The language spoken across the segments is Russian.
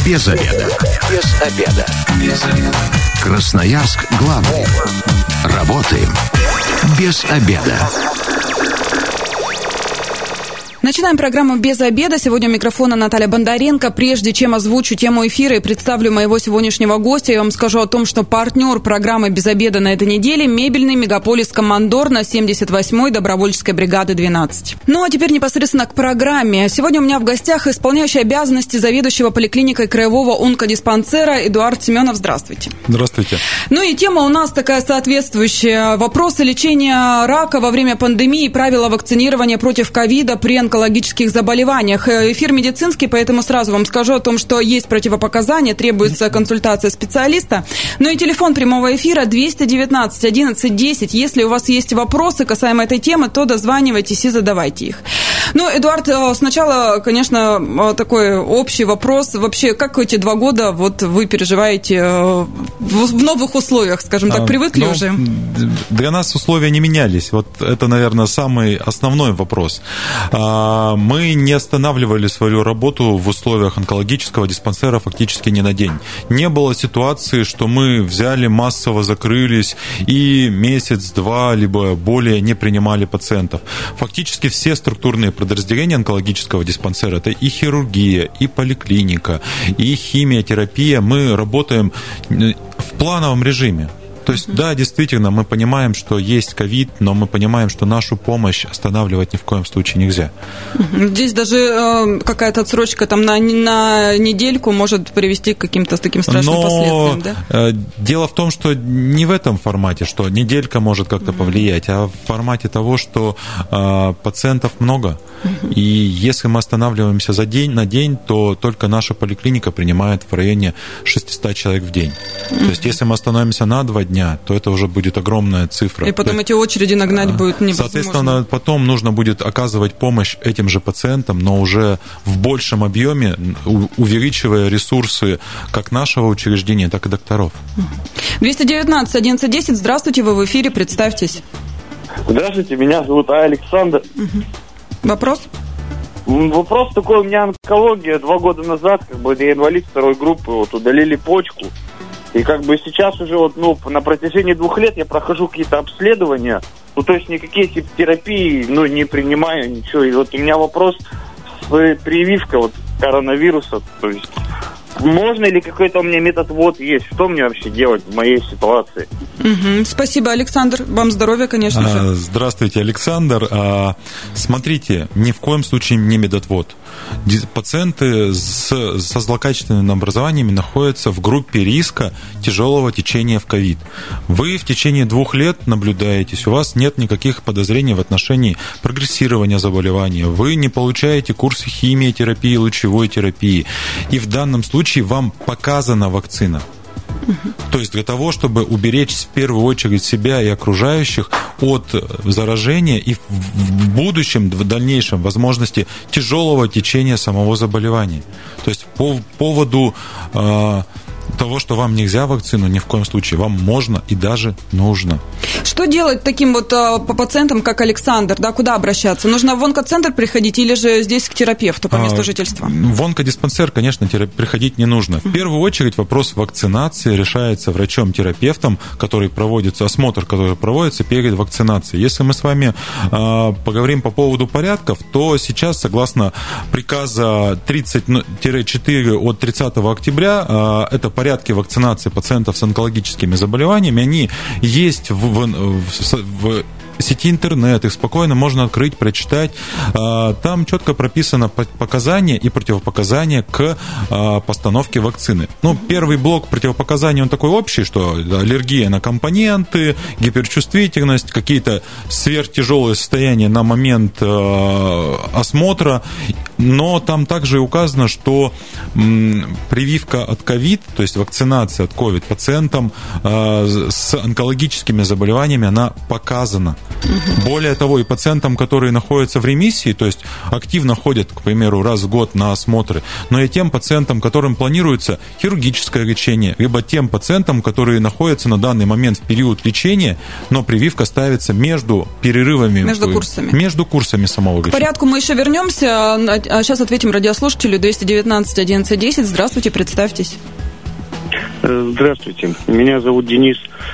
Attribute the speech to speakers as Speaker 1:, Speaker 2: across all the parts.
Speaker 1: Без обеда. Без обеда. Без обеда. Красноярск главный. Работаем без обеда.
Speaker 2: Начинаем программу «Без обеда». Сегодня у микрофона Наталья Бондаренко. Прежде чем озвучу тему эфира и представлю моего сегодняшнего гостя, я вам скажу о том, что партнер программы «Без обеда» на этой неделе – мебельный мегаполис «Командор» на 78-й добровольческой бригады 12. Ну, а теперь непосредственно к программе. Сегодня у меня в гостях исполняющий обязанности заведующего поликлиникой краевого онкодиспансера Эдуард Семенов. Здравствуйте.
Speaker 3: Здравствуйте.
Speaker 2: Ну и тема у нас такая соответствующая. Вопросы лечения рака во время пандемии и правила вакцинирования против ковида при онкологических заболеваниях. Эфир медицинский, поэтому сразу вам скажу о том, что есть противопоказания, требуется консультация специалиста. Ну и телефон прямого эфира 219 11 10. Если у вас есть вопросы касаемо этой темы, то дозванивайтесь и задавайте их. Ну, Эдуард, сначала, конечно, такой общий вопрос. Вообще, как эти 2 года вот вы переживаете в новых условиях, скажем так, привыкли уже?
Speaker 3: Для нас условия не менялись. Вот это, наверное, самый основной вопрос. Мы не останавливали свою работу в условиях онкологического диспансера фактически ни на день. Не было ситуации, что мы взяли, массово закрылись и месяц-два, либо более не принимали пациентов. Фактически все структурные подразделения онкологического диспансера, это и хирургия, и поликлиника, и химиотерапия, мы работаем в плановом режиме. То есть, да, действительно, мы понимаем, что есть ковид, но мы понимаем, что нашу помощь останавливать ни в коем случае нельзя.
Speaker 2: Здесь даже какая-то отсрочка там на недельку может привести к каким-то таким страшным последствиям, да?
Speaker 3: Дело в том, что не в этом формате, что неделька может как-то повлиять, а в формате того, что пациентов много. И если мы останавливаемся на день, то только наша поликлиника принимает в районе 600 человек в день. То есть, если мы остановимся на 2 дня, то это уже будет огромная цифра.
Speaker 2: И потом эти очереди нагнать будет невозможно.
Speaker 3: Соответственно, потом нужно будет оказывать помощь этим же пациентам, но уже в большем объеме, увеличивая ресурсы как нашего учреждения, так и докторов.
Speaker 2: 219 11 10. Здравствуйте, вы в эфире, представьтесь.
Speaker 4: Здравствуйте, меня зовут Александр.
Speaker 2: Вопрос?
Speaker 4: Вопрос такой, у меня онкология. 2 года назад, я инвалид 2 группы, удалили почку. И сейчас уже на протяжении 2 лет я прохожу какие-то обследования, то есть никакие терапии, не принимаю, ничего. И вот у меня вопрос с прививкой коронавируса, то есть можно ли какой-то у меня метод есть? Что мне вообще делать в моей ситуации?
Speaker 2: Спасибо, Александр. Вам здоровья, конечно же.
Speaker 3: Здравствуйте, Александр. Смотрите, ни в коем случае не медотвод. Пациенты со злокачественными образованиями находятся в группе риска тяжелого течения в ковид. Вы в течение 2 лет наблюдаетесь, у вас нет никаких подозрений в отношении прогрессирования заболевания, вы не получаете курсы химиотерапии, лучевой терапии, и в данном случае вам показана вакцина. То есть для того, чтобы уберечь в первую очередь себя и окружающих от заражения и в будущем, в дальнейшем возможности тяжелого течения самого заболевания. То есть по поводу того, что вам нельзя вакцину, ни в коем случае. Вам можно и даже нужно.
Speaker 2: Что делать таким пациентам, как Александр? Да, куда обращаться? Нужно в онкоцентр приходить или же здесь к терапевту по месту жительства? В
Speaker 3: онкодиспансер, конечно, приходить не нужно. В первую очередь вопрос вакцинации решается врачом-терапевтом, осмотр, который проводится перед вакцинацией. Если мы с вами поговорим по поводу порядков, то сейчас, согласно приказа 30-4 от 30 октября, это порядки вакцинации пациентов с онкологическими заболеваниями, они есть в сети интернет, их спокойно можно открыть, прочитать. Там четко прописано показания и противопоказания к постановке вакцины. Первый блок противопоказаний, он такой общий, что аллергия на компоненты, гиперчувствительность, какие-то сверхтяжелые состояния на момент осмотра, но там также указано, что прививка от ковид, то есть вакцинация от ковид пациентам с онкологическими заболеваниями, она показана. Более того, и пациентам, которые находятся в ремиссии, то есть активно ходят, к примеру, раз в год на осмотры, но и тем пациентам, которым планируется хирургическое лечение, либо тем пациентам, которые находятся на данный момент в период лечения, но прививка ставится между перерывами,
Speaker 2: между курсами.
Speaker 3: Между курсами самого лечения.
Speaker 2: К порядку мы еще вернемся. сейчас ответим радиослушателю 219 11 10. Здравствуйте, представьтесь.
Speaker 5: Здравствуйте, меня зовут Денис.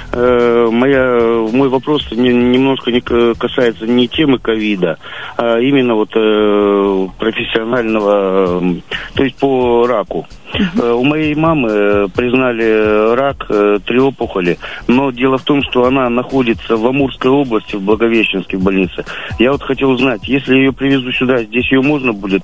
Speaker 5: Мой вопрос немножко не касается не темы ковида, а именно вот профессионального, то есть по раку. У моей мамы признали рак 3 опухоли, но дело в том, что она находится в Амурской области, в Благовещенской больнице. Я вот хотел узнать, если ее привезу сюда, здесь ее можно будет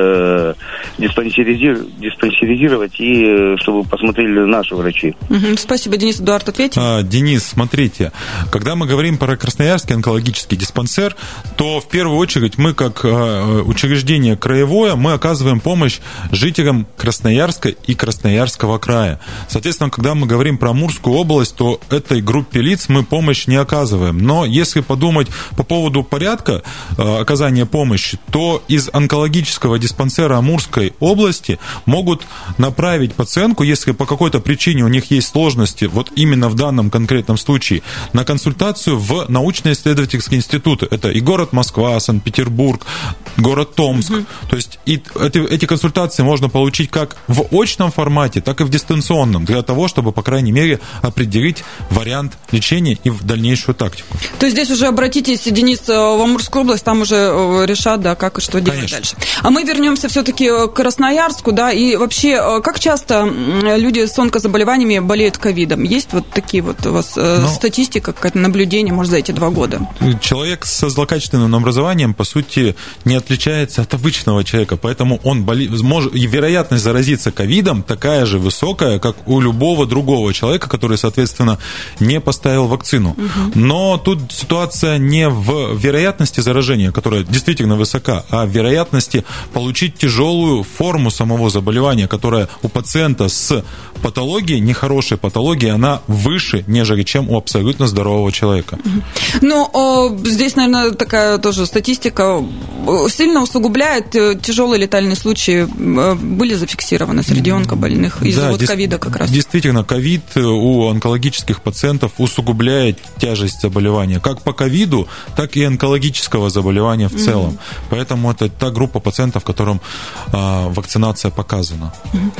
Speaker 5: диспансеризировать и чтобы посмотрели наши врачи.
Speaker 2: Спасибо, Денис. Эдуард, ответьте.
Speaker 3: Денис, смотрите, когда мы говорим про Красноярский онкологический диспансер, то в первую очередь мы, как учреждение краевое, мы оказываем помощь жителям Красноярска и Красноярского края. Соответственно, когда мы говорим про Амурскую область, то этой группе лиц мы помощь не оказываем. Но если подумать по поводу порядка оказания помощи, то из онкологического диспансера Амурской области могут направить пациентку, если по какой-то причине у них есть сложности, вот именно в данном конкретном случае, на консультацию в научно-исследовательские институты. Это и город Москва, Санкт-Петербург, город Томск. То есть эти консультации можно получить как в очном формате, так и в дистанционном, для того, чтобы, по крайней мере, определить вариант лечения и в дальнейшую тактику.
Speaker 2: То есть здесь уже обратитесь, Денис, в Амурскую область, там уже решат, да, как и что делать дальше. А мы вернемся все-таки к Красноярску, да, и вообще, как часто люди с онкозаболеваниями болеют ковидом? Есть вот такие вот у вас статистика, какое-то наблюдение, может, за эти 2 года?
Speaker 3: Человек со злокачественным образованием, по сути, не отличается от обычного человека, поэтому он вероятность заразиться ковидом такая же высокая, как у любого другого человека, который, соответственно, не поставил вакцину. Но тут ситуация не в вероятности заражения, которая действительно высока, а в вероятности получить тяжелую форму самого заболевания, которая у пациента с патологией, нехорошей патологией, она выше, нежели чем у абсолютно здорового человека.
Speaker 2: Ну, здесь, наверное, такая тоже статистика сильно усугубляет. Тяжелые летальные случаи были зафиксированы среди онкобольных из-за ковида как раз.
Speaker 3: Действительно, ковид у онкологических пациентов усугубляет тяжесть заболевания, как по ковиду, так и онкологического заболевания в целом. Поэтому это та группа пациентов, которым вакцинация показана.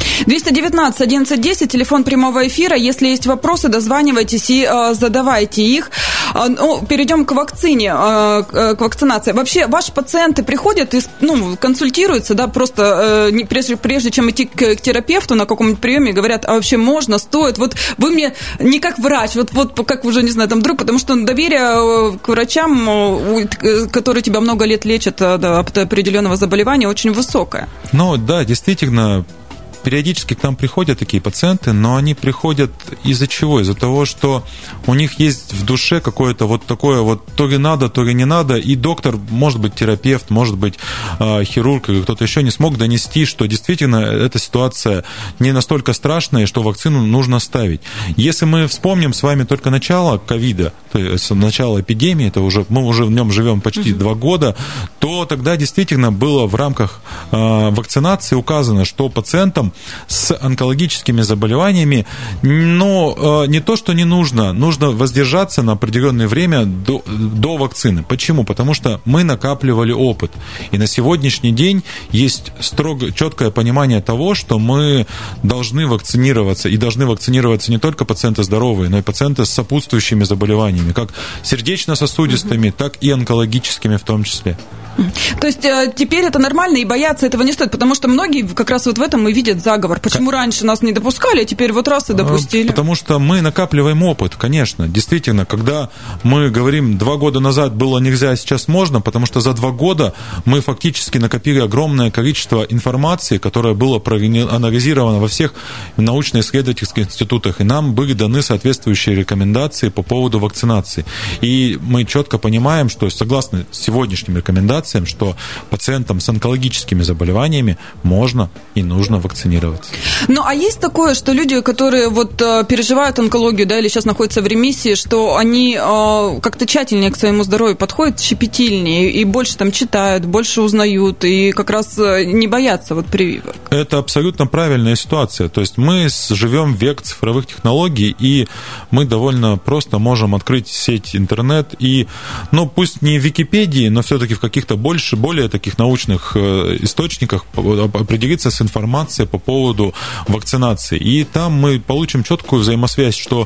Speaker 2: 219 11 10, телефон прямого эфира. Если есть вопросы, дозванивайтесь и задавайте их. Перейдем к вакцине, к вакцинации. Вообще, ваши пациенты приходят и консультируются, да, просто прежде чем идти к терапевту на каком-нибудь приеме, говорят, а вообще можно, стоит? Вот вы мне не как врач, вот как уже, не знаю, там друг, потому что доверие к врачам, которые тебя много лет лечат от определенного заболевания, очень высокое.
Speaker 3: Ну да, действительно, периодически к нам приходят такие пациенты, но они приходят из-за чего? Из-за того, что у них есть в душе какое-то вот такое вот то ли надо, то ли не надо, и доктор, может быть, терапевт, может быть, хирург или кто-то еще не смог донести, что действительно эта ситуация не настолько страшная, что вакцину нужно ставить. Если мы вспомним с вами только начало ковида, то есть начало эпидемии, это уже, мы уже в нем живем почти 2 года, то тогда действительно было в рамках вакцинации указано, что пациентам с онкологическими заболеваниями, но не то, что не нужно воздержаться на определенное время до вакцины. Почему? Потому что мы накапливали опыт. И на сегодняшний день есть строго четкое понимание того, что мы должны вакцинироваться. И должны вакцинироваться не только пациенты здоровые, но и пациенты с сопутствующими заболеваниями, как сердечно-сосудистыми, так и онкологическими в том числе.
Speaker 2: То есть теперь это нормально, и бояться этого не стоит, потому что многие как раз вот в этом и видят заговор. Почему раньше нас не допускали, а теперь вот раз и допустили?
Speaker 3: Потому что мы накапливаем опыт, конечно. Действительно, когда мы говорим, 2 года назад было нельзя, а сейчас можно, потому что за 2 года мы фактически накопили огромное количество информации, которая была проанализирована во всех научно-исследовательских институтах, и нам были даны соответствующие рекомендации по поводу вакцинации. И мы четко понимаем, что согласно сегодняшним рекомендациям, что пациентам с онкологическими заболеваниями можно и нужно вакцинироваться. вакцинироваться.
Speaker 2: Ну, а есть такое, что люди, которые вот переживают онкологию, да, или сейчас находятся в ремиссии, что они как-то тщательнее к своему здоровью подходят, щепетильнее, и больше там читают, больше узнают, и как раз не боятся вот прививок?
Speaker 3: Это абсолютно правильная ситуация. То есть мы живем в век цифровых технологий, и мы довольно просто можем открыть сеть интернет и, ну, пусть не в Википедии, но все-таки в каких-то более таких научных источниках определиться с информацией по поводу вакцинации. И там мы получим четкую взаимосвязь, что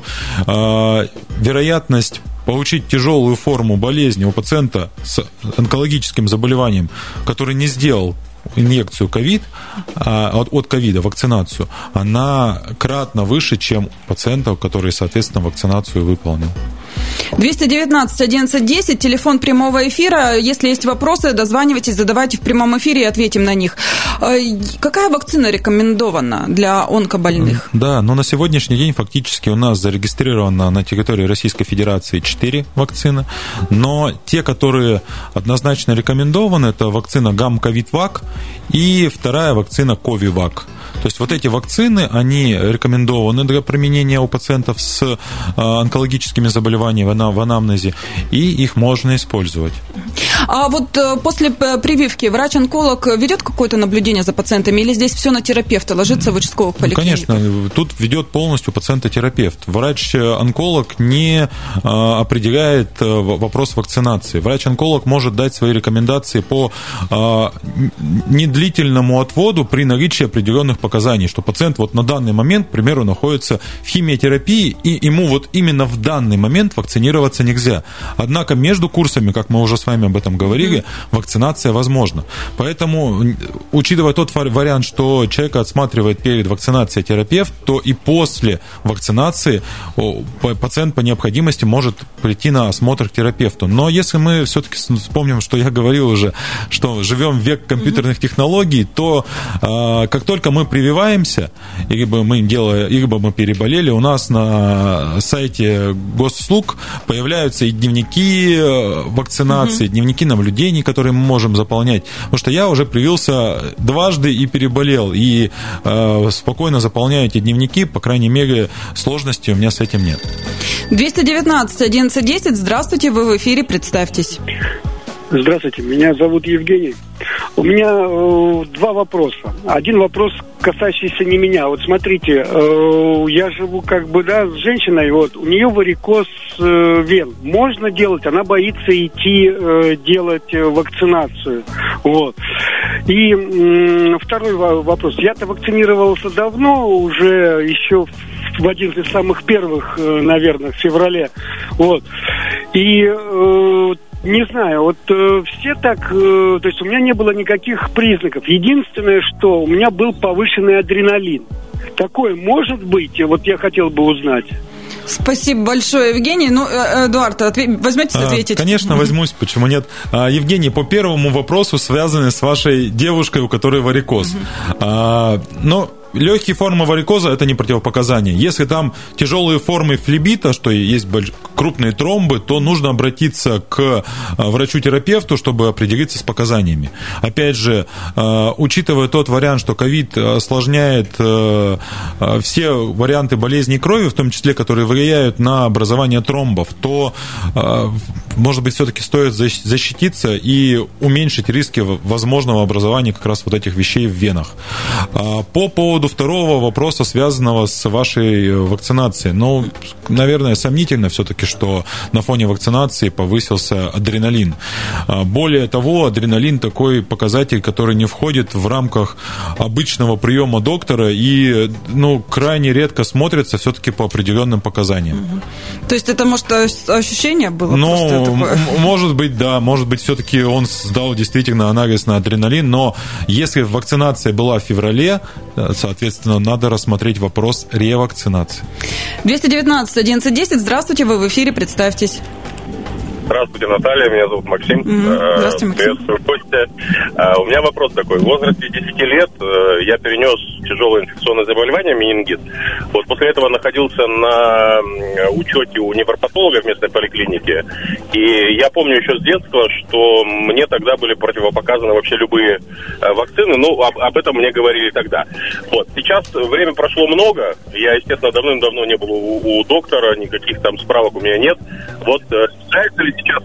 Speaker 3: вероятность получить тяжелую форму болезни у пациента с онкологическим заболеванием, который не сделал инъекцию ковид, от ковида, вакцинацию, она кратно выше, чем у пациентов, который, соответственно, вакцинацию выполнил.
Speaker 2: 219 11 10, телефон прямого эфира. Если есть вопросы, дозванивайтесь, задавайте в прямом эфире и ответим на них. Какая вакцина рекомендована для онкобольных?
Speaker 3: Да, но на сегодняшний день фактически у нас зарегистрировано на территории Российской Федерации 4 вакцины, но те, которые однозначно рекомендованы, это вакцина Гамковид-Вак и вторая вакцина Ковивак. То есть вот эти вакцины, они рекомендованы для применения у пациентов с онкологическими заболеваниями в анамнезе, и их можно использовать.
Speaker 2: А вот после прививки врач-онколог ведет какое-то наблюдение за пациентами, или здесь все на терапевта ложится в участковых поликлиниках?
Speaker 3: Конечно, тут ведет полностью пациента-терапевт. Врач-онколог не определяет вопрос вакцинации. Врач-онколог может дать свои рекомендации по недлительному отводу при наличии определенных показаний, что пациент вот на данный момент, к примеру, находится в химиотерапии, и ему вот именно в данный момент вакцинироваться нельзя. Однако между курсами, как мы уже с вами об этом говорили, вакцинация возможна. Поэтому, учитывая тот вариант, что человека отсматривает перед вакцинацией терапевт, то и после вакцинации пациент по необходимости может прийти на осмотр к терапевту. Но если мы все-таки вспомним, что я говорил уже, что живем в век компьютерных технологий, то как только мы прививаемся, либо мы переболели, у нас на сайте госуслуг появляются и дневники вакцинации, дневники наблюдений, которые мы можем заполнять. Потому что я уже привился дважды и переболел, и спокойно заполняю эти дневники, по крайней мере, сложности у меня с этим нет.
Speaker 2: 219 11 10, здравствуйте, вы в эфире, представьтесь.
Speaker 6: Здравствуйте, меня зовут Евгений. У меня два вопроса. Один вопрос, касающийся не меня. Вот смотрите, я живу с женщиной, вот, у нее варикоз вен. Можно делать, она боится идти делать вакцинацию. Вот. И второй вопрос. Я-то вакцинировался давно, уже еще в один из самых первых, наверное, в феврале. Вот. И не знаю, вот все так, то есть у меня не было никаких признаков. Единственное, что у меня был повышенный адреналин. Такое может быть? Вот я хотел бы узнать.
Speaker 2: Спасибо большое, Евгений. Ну, Эдуард, возьметесь ответить?
Speaker 3: Конечно, возьмусь, почему нет. Евгений, по первому вопросу, связанный с вашей девушкой, у которой варикоз. Легкие формы варикоза – это не противопоказание. Если там тяжелые формы флебита, что есть крупные тромбы, то нужно обратиться к врачу-терапевту, чтобы определиться с показаниями. Опять же, учитывая тот вариант, что ковид осложняет все варианты болезней крови, в том числе, которые влияют на образование тромбов, то, может быть, все-таки стоит защититься и уменьшить риски возможного образования как раз вот этих вещей в венах. По поводу второго вопроса, связанного с вашей вакцинацией. Наверное, сомнительно все-таки, что на фоне вакцинации повысился адреналин. Более того, адреналин такой показатель, который не входит в рамках обычного приема доктора и крайне редко смотрится все-таки по определенным показаниям.
Speaker 2: То есть это, может, ощущение было?
Speaker 3: Может быть, да. Может быть, все-таки он сдал действительно анализ на адреналин, но если вакцинация была в феврале, соответственно, надо рассмотреть вопрос ревакцинации.
Speaker 2: 219 11 10, здравствуйте, вы в эфире, представьтесь.
Speaker 7: Здравствуйте, Наталья, меня зовут Максим.
Speaker 2: Здравствуйте, Максим.
Speaker 7: Приветствую гостя. У меня вопрос такой. В возрасте 10 лет я перенес тяжелое инфекционное заболевание, менингит. Вот после этого находился на учете у невропатолога в местной поликлинике. И я помню еще с детства, что мне тогда были противопоказаны вообще любые вакцины. Ну, об этом мне говорили тогда. Вот. Сейчас время прошло много. Я, естественно, давным-давно не был у доктора, никаких там справок у меня нет. Вот считается ли сейчас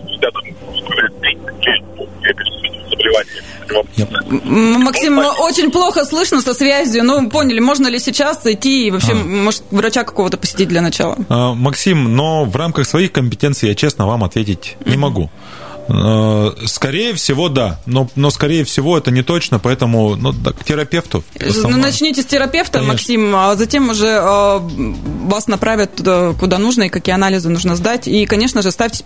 Speaker 2: Максим, очень плохо слышно со связью. Ну, поняли, можно ли сейчас идти и вообще, может, врача какого-то посетить для начала?
Speaker 3: Максим, но в рамках своих компетенций я честно вам ответить не могу. Скорее всего, да, но скорее всего это не точно, поэтому к терапевту.
Speaker 2: Начните с терапевта, конечно. Максим, а затем уже вас направят туда, куда нужно, и какие анализы нужно сдать. И, конечно же, ставьте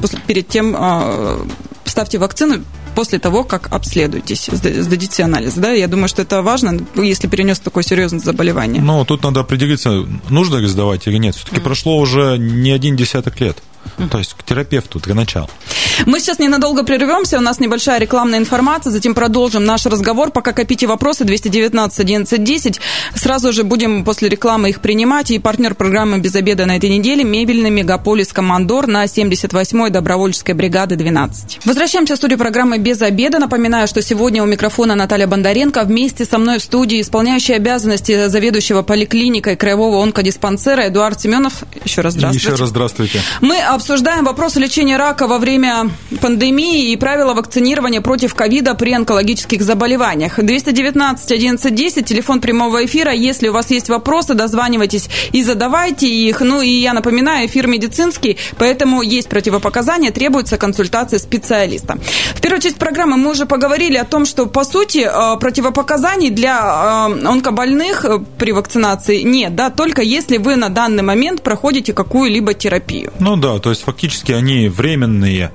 Speaker 2: вакцину после того, как обследуетесь, сдадите анализ. Да? Я думаю, что это важно, если перенес такое серьезное заболевание.
Speaker 3: Ну, тут надо определиться, нужно ли сдавать или нет. Все-таки прошло уже не 1 десяток лет. То есть к терапевту для начала.
Speaker 2: Мы сейчас ненадолго прервемся, у нас небольшая рекламная информация, затем продолжим наш разговор. Пока копите вопросы, 219-11-10. Сразу же будем после рекламы их принимать. И партнер программы «Без обеда» на этой неделе — мебельный мегаполис «Командор» на 78-й добровольческой бригады 12. Возвращаемся в студию программы «Без обеда». Напоминаю, что сегодня у микрофона Наталья Бондаренко. Вместе со мной в студии исполняющий обязанности заведующего поликлиникой краевого онкодиспансера Эдуард Семенов. Еще раз здравствуйте.
Speaker 3: Еще раз здравствуйте.
Speaker 2: Мы обсуждаем вопросы лечения рака во время пандемии и правила вакцинирования против ковида при онкологических заболеваниях. 219-11-10, телефон прямого эфира. Если у вас есть вопросы, дозванивайтесь и задавайте их. Ну и я напоминаю, эфир медицинский, поэтому есть противопоказания, требуется консультация специалиста. В первой части программы мы уже поговорили о том, что, по сути, противопоказаний для онкобольных при вакцинации нет, да, только если вы на данный момент проходите какую-либо терапию.
Speaker 3: Ну да, то есть фактически они временные.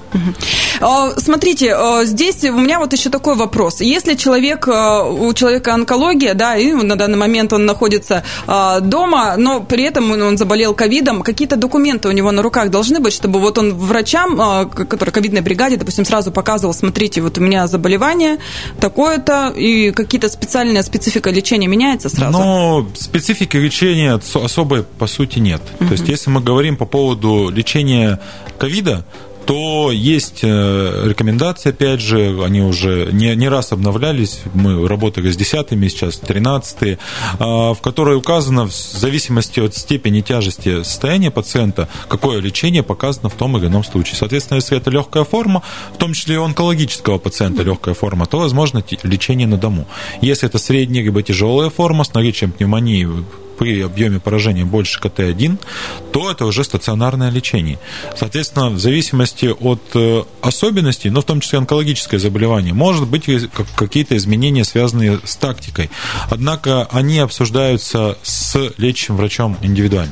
Speaker 2: Смотрите, здесь у меня вот еще такой вопрос. Если у человека онкология, да, и на данный момент он находится дома, но при этом он заболел ковидом, какие-то документы у него на руках должны быть, чтобы вот он врачам, который в ковидной бригаде, допустим, сразу показывал: смотрите, вот у меня заболевание такое-то, и какие-то специфика лечения меняется сразу?
Speaker 3: Но специфики лечения особой, по сути, нет. То есть, если мы говорим по поводу лечения ковида, то есть рекомендации, опять же, они уже не раз обновлялись, мы работали с 10-ми, сейчас 13-е, в которой указано, в зависимости от степени тяжести состояния пациента, какое лечение показано в том или ином случае. Соответственно, если это легкая форма, в том числе и у онкологического пациента легкая форма, то возможно лечение на дому. Если это средняя либо тяжелая форма с наличием пневмонии при объеме поражения больше КТ-1, то это уже стационарное лечение. Соответственно, в зависимости от особенностей, но в том числе онкологическое заболевание, может быть какие-то изменения, связанные с тактикой. Однако они обсуждаются с лечащим врачом индивидуально.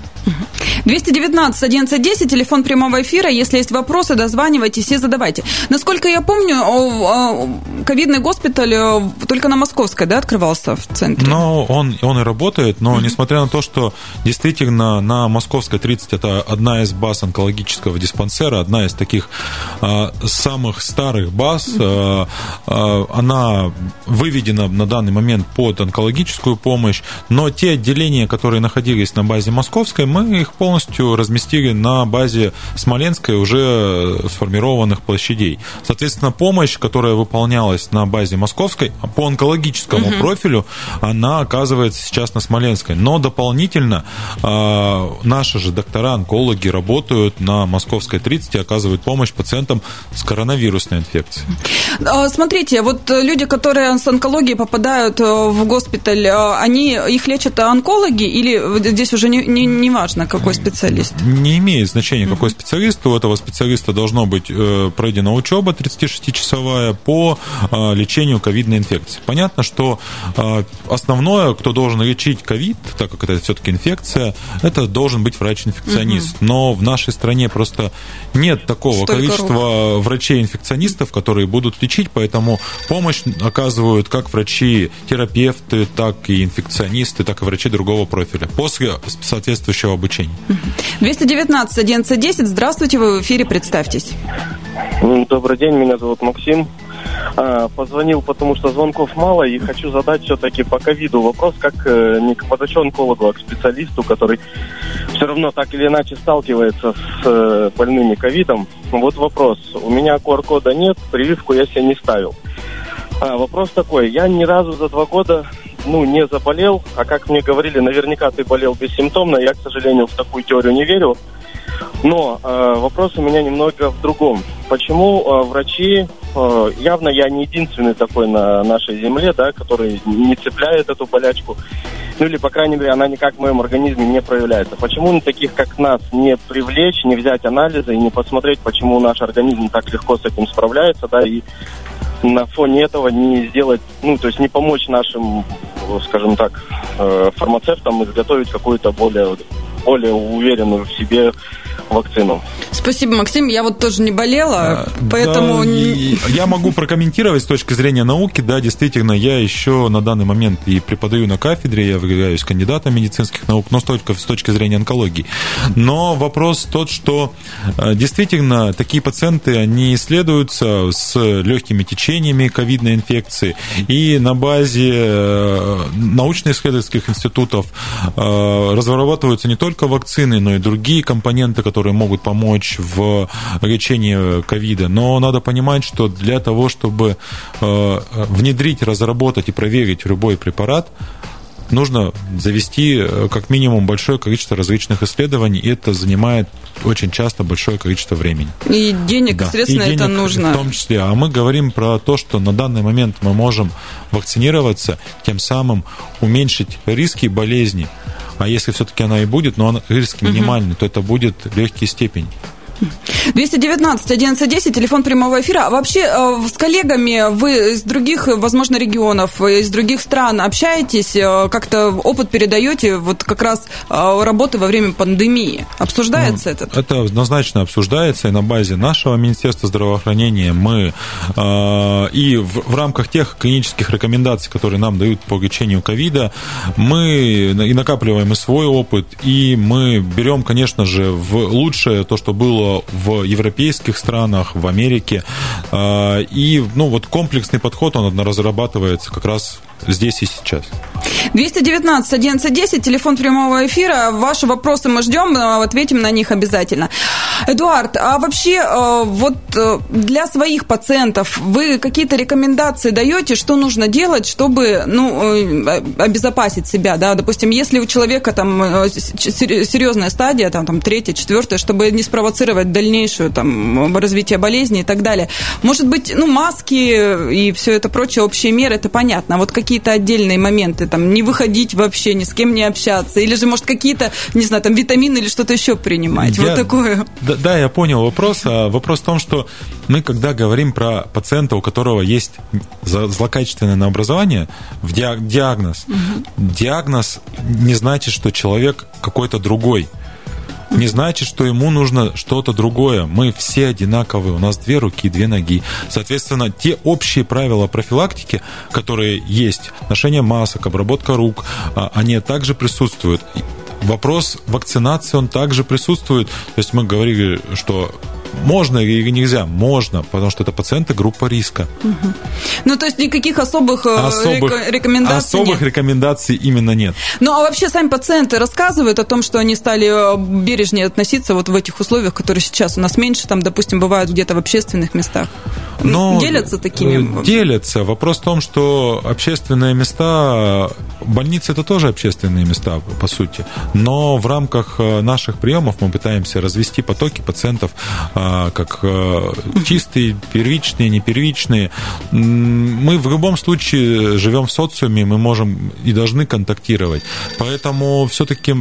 Speaker 2: 219-11-10, телефон прямого эфира. Если есть вопросы, дозванивайтесь и задавайте. Насколько я помню, ковидный госпиталь только на Московской, да, открывался в центре?
Speaker 3: Ну, он и работает, но несмотря на то, что действительно на Московской 30 это одна из баз онкологического диспансера, одна из таких самых старых баз, она выведена на данный момент под онкологическую помощь, но те отделения, которые находились на базе Московской, мы их полностью разместили на базе Смоленской уже сформированных площадей. Соответственно, помощь, которая выполнялась на базе Московской по онкологическому профилю, она оказывается сейчас на Смоленской. Но дополнительно наши же доктора, онкологи работают на Московской 30 и оказывают помощь пациентам с коронавирусной инфекцией.
Speaker 2: Смотрите, вот люди, которые с онкологией попадают в госпиталь, их лечат онкологи или здесь уже не важно, какой специалист?
Speaker 3: Не имеет значения, какой специалист. У этого специалиста должно быть пройдена учеба 36-часовая по лечению ковидной инфекции. Понятно, что основное, кто должен лечить ковид, так как это все-таки инфекция, это должен быть врач-инфекционист. Но в нашей стране просто нет такого количества врачей-инфекционистов, которые будут лечить, поэтому помощь оказывают как врачи-терапевты, так и инфекционисты, так и врачи другого профиля после соответствующего обучения.
Speaker 2: 219-11-10, здравствуйте, вы в эфире, представьтесь.
Speaker 7: Добрый день, меня зовут Максим. Позвонил, потому что звонков мало, и хочу задать все-таки по ковиду вопрос, как не к врачу-онкологу, а к специалисту, который все равно так или иначе сталкивается с больными ковидом. Вот вопрос. У меня QR-кода нет, прививку я себе не ставил. Вопрос такой. Я ни разу за 2 года не заболел, а как мне говорили, наверняка ты болел бессимптомно. Я, к сожалению, в такую теорию не верю. Но вопрос у меня немного в другом. Почему врачи, явно я не единственный такой на нашей земле, да, который не цепляет эту болячку, или, по крайней мере, она никак в моем организме не проявляется. Почему таких, как нас, не привлечь, не взять анализы и не посмотреть, почему наш организм так легко с этим справляется, да, и на фоне этого не сделать, то есть не помочь нашим, скажем так, фармацевтам изготовить какую-то более уверенную в себе вакцину.
Speaker 2: Спасибо, Максим. Я вот тоже не болела, поэтому...
Speaker 3: Да, я могу прокомментировать с точки зрения науки. Да, действительно, я еще на данный момент и преподаю на кафедре, я являюсь кандидатом медицинских наук, но только с точки зрения онкологии. Но вопрос тот, что действительно такие пациенты, они исследуются с легкими течениями ковидной инфекции, и на базе научно-исследовательских институтов разрабатываются не только вакцины, но и другие компоненты, которые могут помочь в лечении ковида. Но надо понимать, что для того, чтобы внедрить, разработать и проверить любой препарат, нужно завести как минимум большое количество различных исследований, и это занимает очень часто большое количество времени. И
Speaker 2: денег, да, средств на это нужно.
Speaker 3: В том числе. А мы говорим про то, что на данный момент мы можем вакцинироваться, тем самым уменьшить риски болезни. А если все-таки она и будет, но риск минимальный, то это будет легкий степень.
Speaker 2: 219-11-10, телефон прямого эфира. А вообще с коллегами вы из других, возможно, регионов, из других стран общаетесь, как-то опыт передаете, вот как раз работы во время пандемии? Обсуждается это?
Speaker 3: Это однозначно обсуждается, и на базе нашего Министерства здравоохранения мы и в рамках тех клинических рекомендаций, которые нам дают по лечению ковида, мы и накапливаем и свой опыт, и мы берем, конечно же, в лучшее то, что было в европейских странах, в Америке. И вот комплексный подход, он разрабатывается как раз здесь и сейчас.
Speaker 2: 219-11-10, телефон прямого эфира. Ваши вопросы мы ждем, ответим на них обязательно. Эдуард, а вообще вот для своих пациентов вы какие-то рекомендации даете, что нужно делать, чтобы обезопасить себя? Да? Допустим, если у человека там серьезная стадия, там 3-я, 4-я, чтобы не спровоцировать дальнейшее развитие болезни и так далее. Может быть, маски и все это прочее, общие меры, это понятно. А вот какие-то отдельные моменты, не выходить вообще, ни с кем не общаться, или же, может, какие-то, не знаю, витамины или что-то еще принимать, вот такое.
Speaker 3: Да, я понял вопрос. Вопрос в том, что мы, когда говорим про пациента, у которого есть злокачественное новообразование, диагноз не значит, что человек какой-то другой. Не значит, что ему нужно что-то другое. Мы все одинаковые. У нас 2 руки, 2 ноги. Соответственно, те общие правила профилактики, которые есть, ношение масок, обработка рук, они также присутствуют. Вопрос вакцинации, он также присутствует. То есть мы говорили, что можно или нельзя? Можно, потому что это пациенты группа риска.
Speaker 2: То есть никаких особых рекомендаций
Speaker 3: нет? Особых рекомендаций именно нет.
Speaker 2: А вообще сами пациенты рассказывают о том, что они стали бережнее относиться вот в этих условиях, которые сейчас у нас меньше, допустим, бывают где-то в общественных местах? Делятся такими?
Speaker 3: Делятся. Вопрос в том, что общественные места, больницы – это тоже общественные места, по сути. Но в рамках наших приемов мы пытаемся развести потоки пациентов как чистые, первичные, непервичные. Мы в любом случае живем в социуме, мы можем и должны контактировать. Поэтому все-таки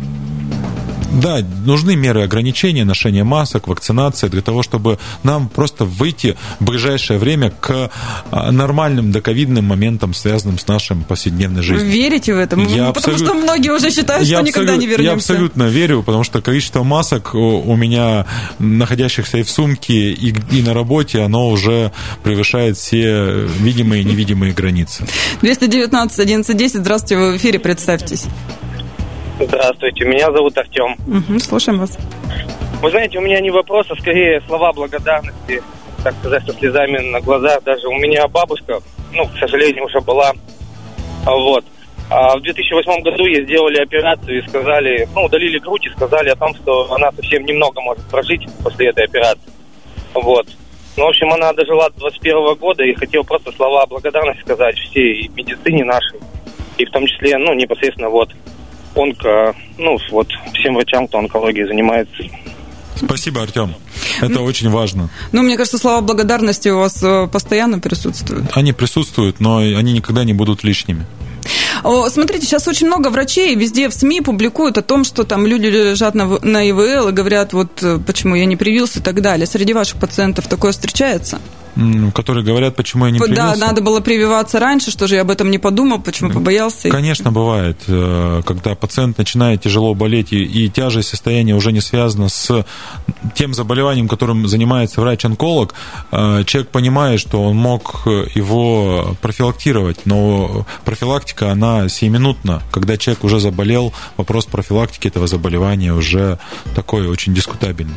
Speaker 3: да, нужны меры ограничения, ношения масок, вакцинация, для того, чтобы нам просто выйти в ближайшее время к нормальным доковидным моментам, связанным с нашей повседневной жизнью.
Speaker 2: Вы верите в это? Потому что многие уже считают, что никогда не вернемся.
Speaker 3: Я абсолютно верю, потому что количество масок у меня, находящихся и в сумке, и на работе, оно уже превышает все видимые и невидимые границы.
Speaker 2: 219-11-10, здравствуйте, вы в эфире, представьтесь.
Speaker 8: Здравствуйте, меня зовут Артем.
Speaker 2: Слушаем вас.
Speaker 8: Вы знаете, у меня не вопрос, а скорее слова благодарности, так сказать, со слезами на глазах. Даже у меня бабушка, к сожалению, уже была, вот. А в 2008 году ей сделали операцию и сказали, удалили грудь и сказали о том, что она совсем немного может прожить после этой операции. Вот. В общем, она дожила до 21 года и хотел просто слова благодарности сказать всей медицине нашей. И в том числе, непосредственно всем врачам, кто онкологией занимается.
Speaker 3: Спасибо, Артем. Это очень важно.
Speaker 2: Мне кажется, слова благодарности у вас постоянно присутствуют.
Speaker 3: Они присутствуют, но они никогда не будут лишними.
Speaker 2: Смотрите, сейчас очень много врачей везде в СМИ публикуют о том, что там люди лежат на ИВЛ и говорят, почему я не привился и так далее. Среди ваших пациентов такое встречается?
Speaker 3: Которые говорят, почему я не привился.
Speaker 2: Да, надо было прививаться раньше, что же я об этом не подумал, почему побоялся.
Speaker 3: Конечно, бывает. Когда пациент начинает тяжело болеть, и тяжесть состояния уже не связана с тем заболеванием, которым занимается врач-онколог, человек понимает, что он мог его профилактировать, но профилактика, она сиюминутна. Когда человек уже заболел, вопрос профилактики этого заболевания уже такой очень дискутабельный.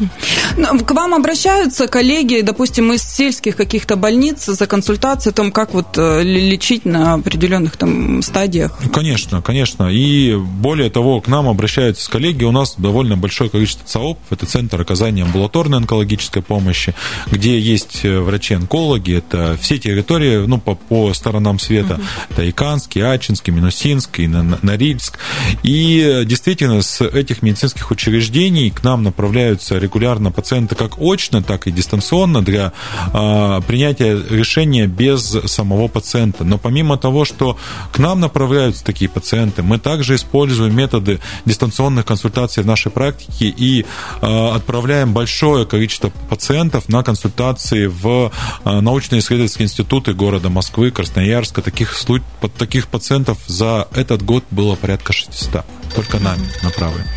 Speaker 2: К вам обращаются коллеги, допустим, из сельских каких-то больниц за консультацией о том, как лечить на определенных стадиях?
Speaker 3: Конечно. И более того, к нам обращаются коллеги. У нас довольно большое количество ЦАОП. Это Центр оказания амбулаторной онкологической помощи, где есть врачи-онкологи. Это все территории, по сторонам света. Это и Канск, и Ачинск, и Минусинск, и Норильск. И действительно, с этих медицинских учреждений к нам направляются регулярно пациенты как очно, так и дистанционно для принятия решения без самого пациента. Но помимо того, что к нам направляются такие пациенты, мы также используем методы дистанционных консультаций в нашей практике и отправляем большое количество пациентов на консультации в научно-исследовательские институты города Москвы, Красноярска. Таких пациентов за этот год было порядка 600. Только нами направлены.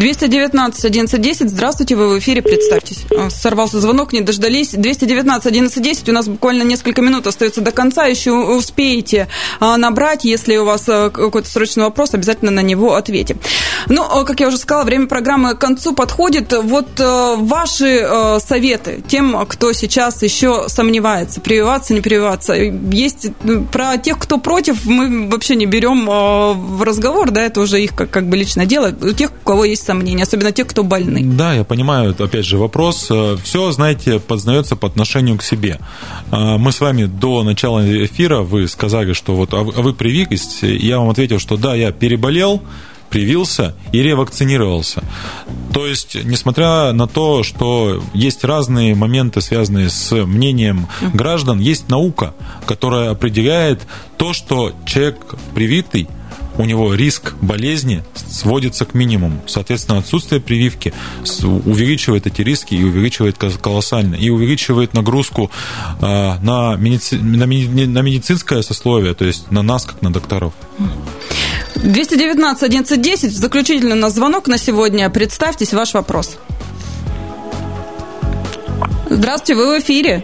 Speaker 2: 219-11-10. Здравствуйте, вы в эфире, представьтесь. Сорвался звонок, не дождались. 219-11-10. У нас буквально несколько минут остается до конца. Еще успеете набрать. Если у вас какой-то срочный вопрос, обязательно на него ответим. Как я уже сказала, время программы к концу подходит. Ваши советы тем, кто сейчас еще сомневается, прививаться, не прививаться. Есть про тех, кто против, мы вообще не берем в разговор, да, это уже их как бы личное дело, у тех, у кого есть сомнения, особенно тех, кто больны.
Speaker 3: Да, я понимаю, опять же, вопрос. Все, знаете, познается по отношению к себе. Мы с вами до начала эфира, вы сказали, что вы привились, и я вам ответил, что да, я переболел, привился и ревакцинировался. То есть, несмотря на то, что есть разные моменты, связанные с мнением граждан, есть наука, которая определяет то, что человек привитый, у него риск болезни сводится к минимуму. Соответственно, отсутствие прививки увеличивает эти риски и увеличивает колоссально. И увеличивает нагрузку на медицинское сословие, то есть на нас, как на докторов.
Speaker 2: 219-11-10. Заключительный у нас звонок на сегодня. Представьтесь, ваш вопрос. Здравствуйте, вы в эфире.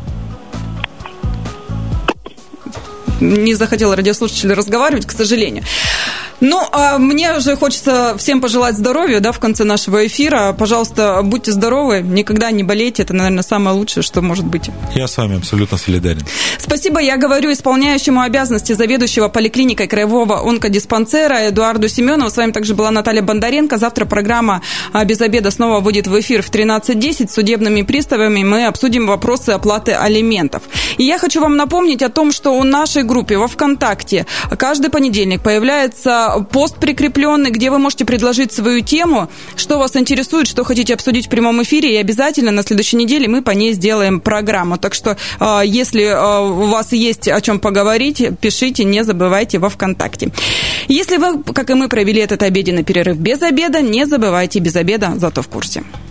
Speaker 2: Не захотел радиослушатель разговаривать, к сожалению. Мне уже хочется всем пожелать здоровья, в конце нашего эфира. Пожалуйста, будьте здоровы, никогда не болейте. Это, наверное, самое лучшее, что может быть.
Speaker 3: Я с вами абсолютно солидарен.
Speaker 2: Спасибо, я говорю исполняющему обязанности заведующего поликлиникой краевого онкодиспансера Эдуарду Семенову. С вами также была Наталья Бондаренко. Завтра программа «Без обеда» снова выйдет в эфир в 13:10. С судебными приставами мы обсудим вопросы оплаты алиментов. И я хочу вам напомнить о том, что в нашей группе во ВКонтакте каждый понедельник появляется пост прикрепленный, где вы можете предложить свою тему, что вас интересует, что хотите обсудить в прямом эфире, и обязательно на следующей неделе мы по ней сделаем программу. Так что, если у вас есть о чем поговорить, пишите, не забывайте во ВКонтакте. Если вы, как и мы, провели этот обеденный перерыв без обеда, не забывайте без обеда, зато в курсе.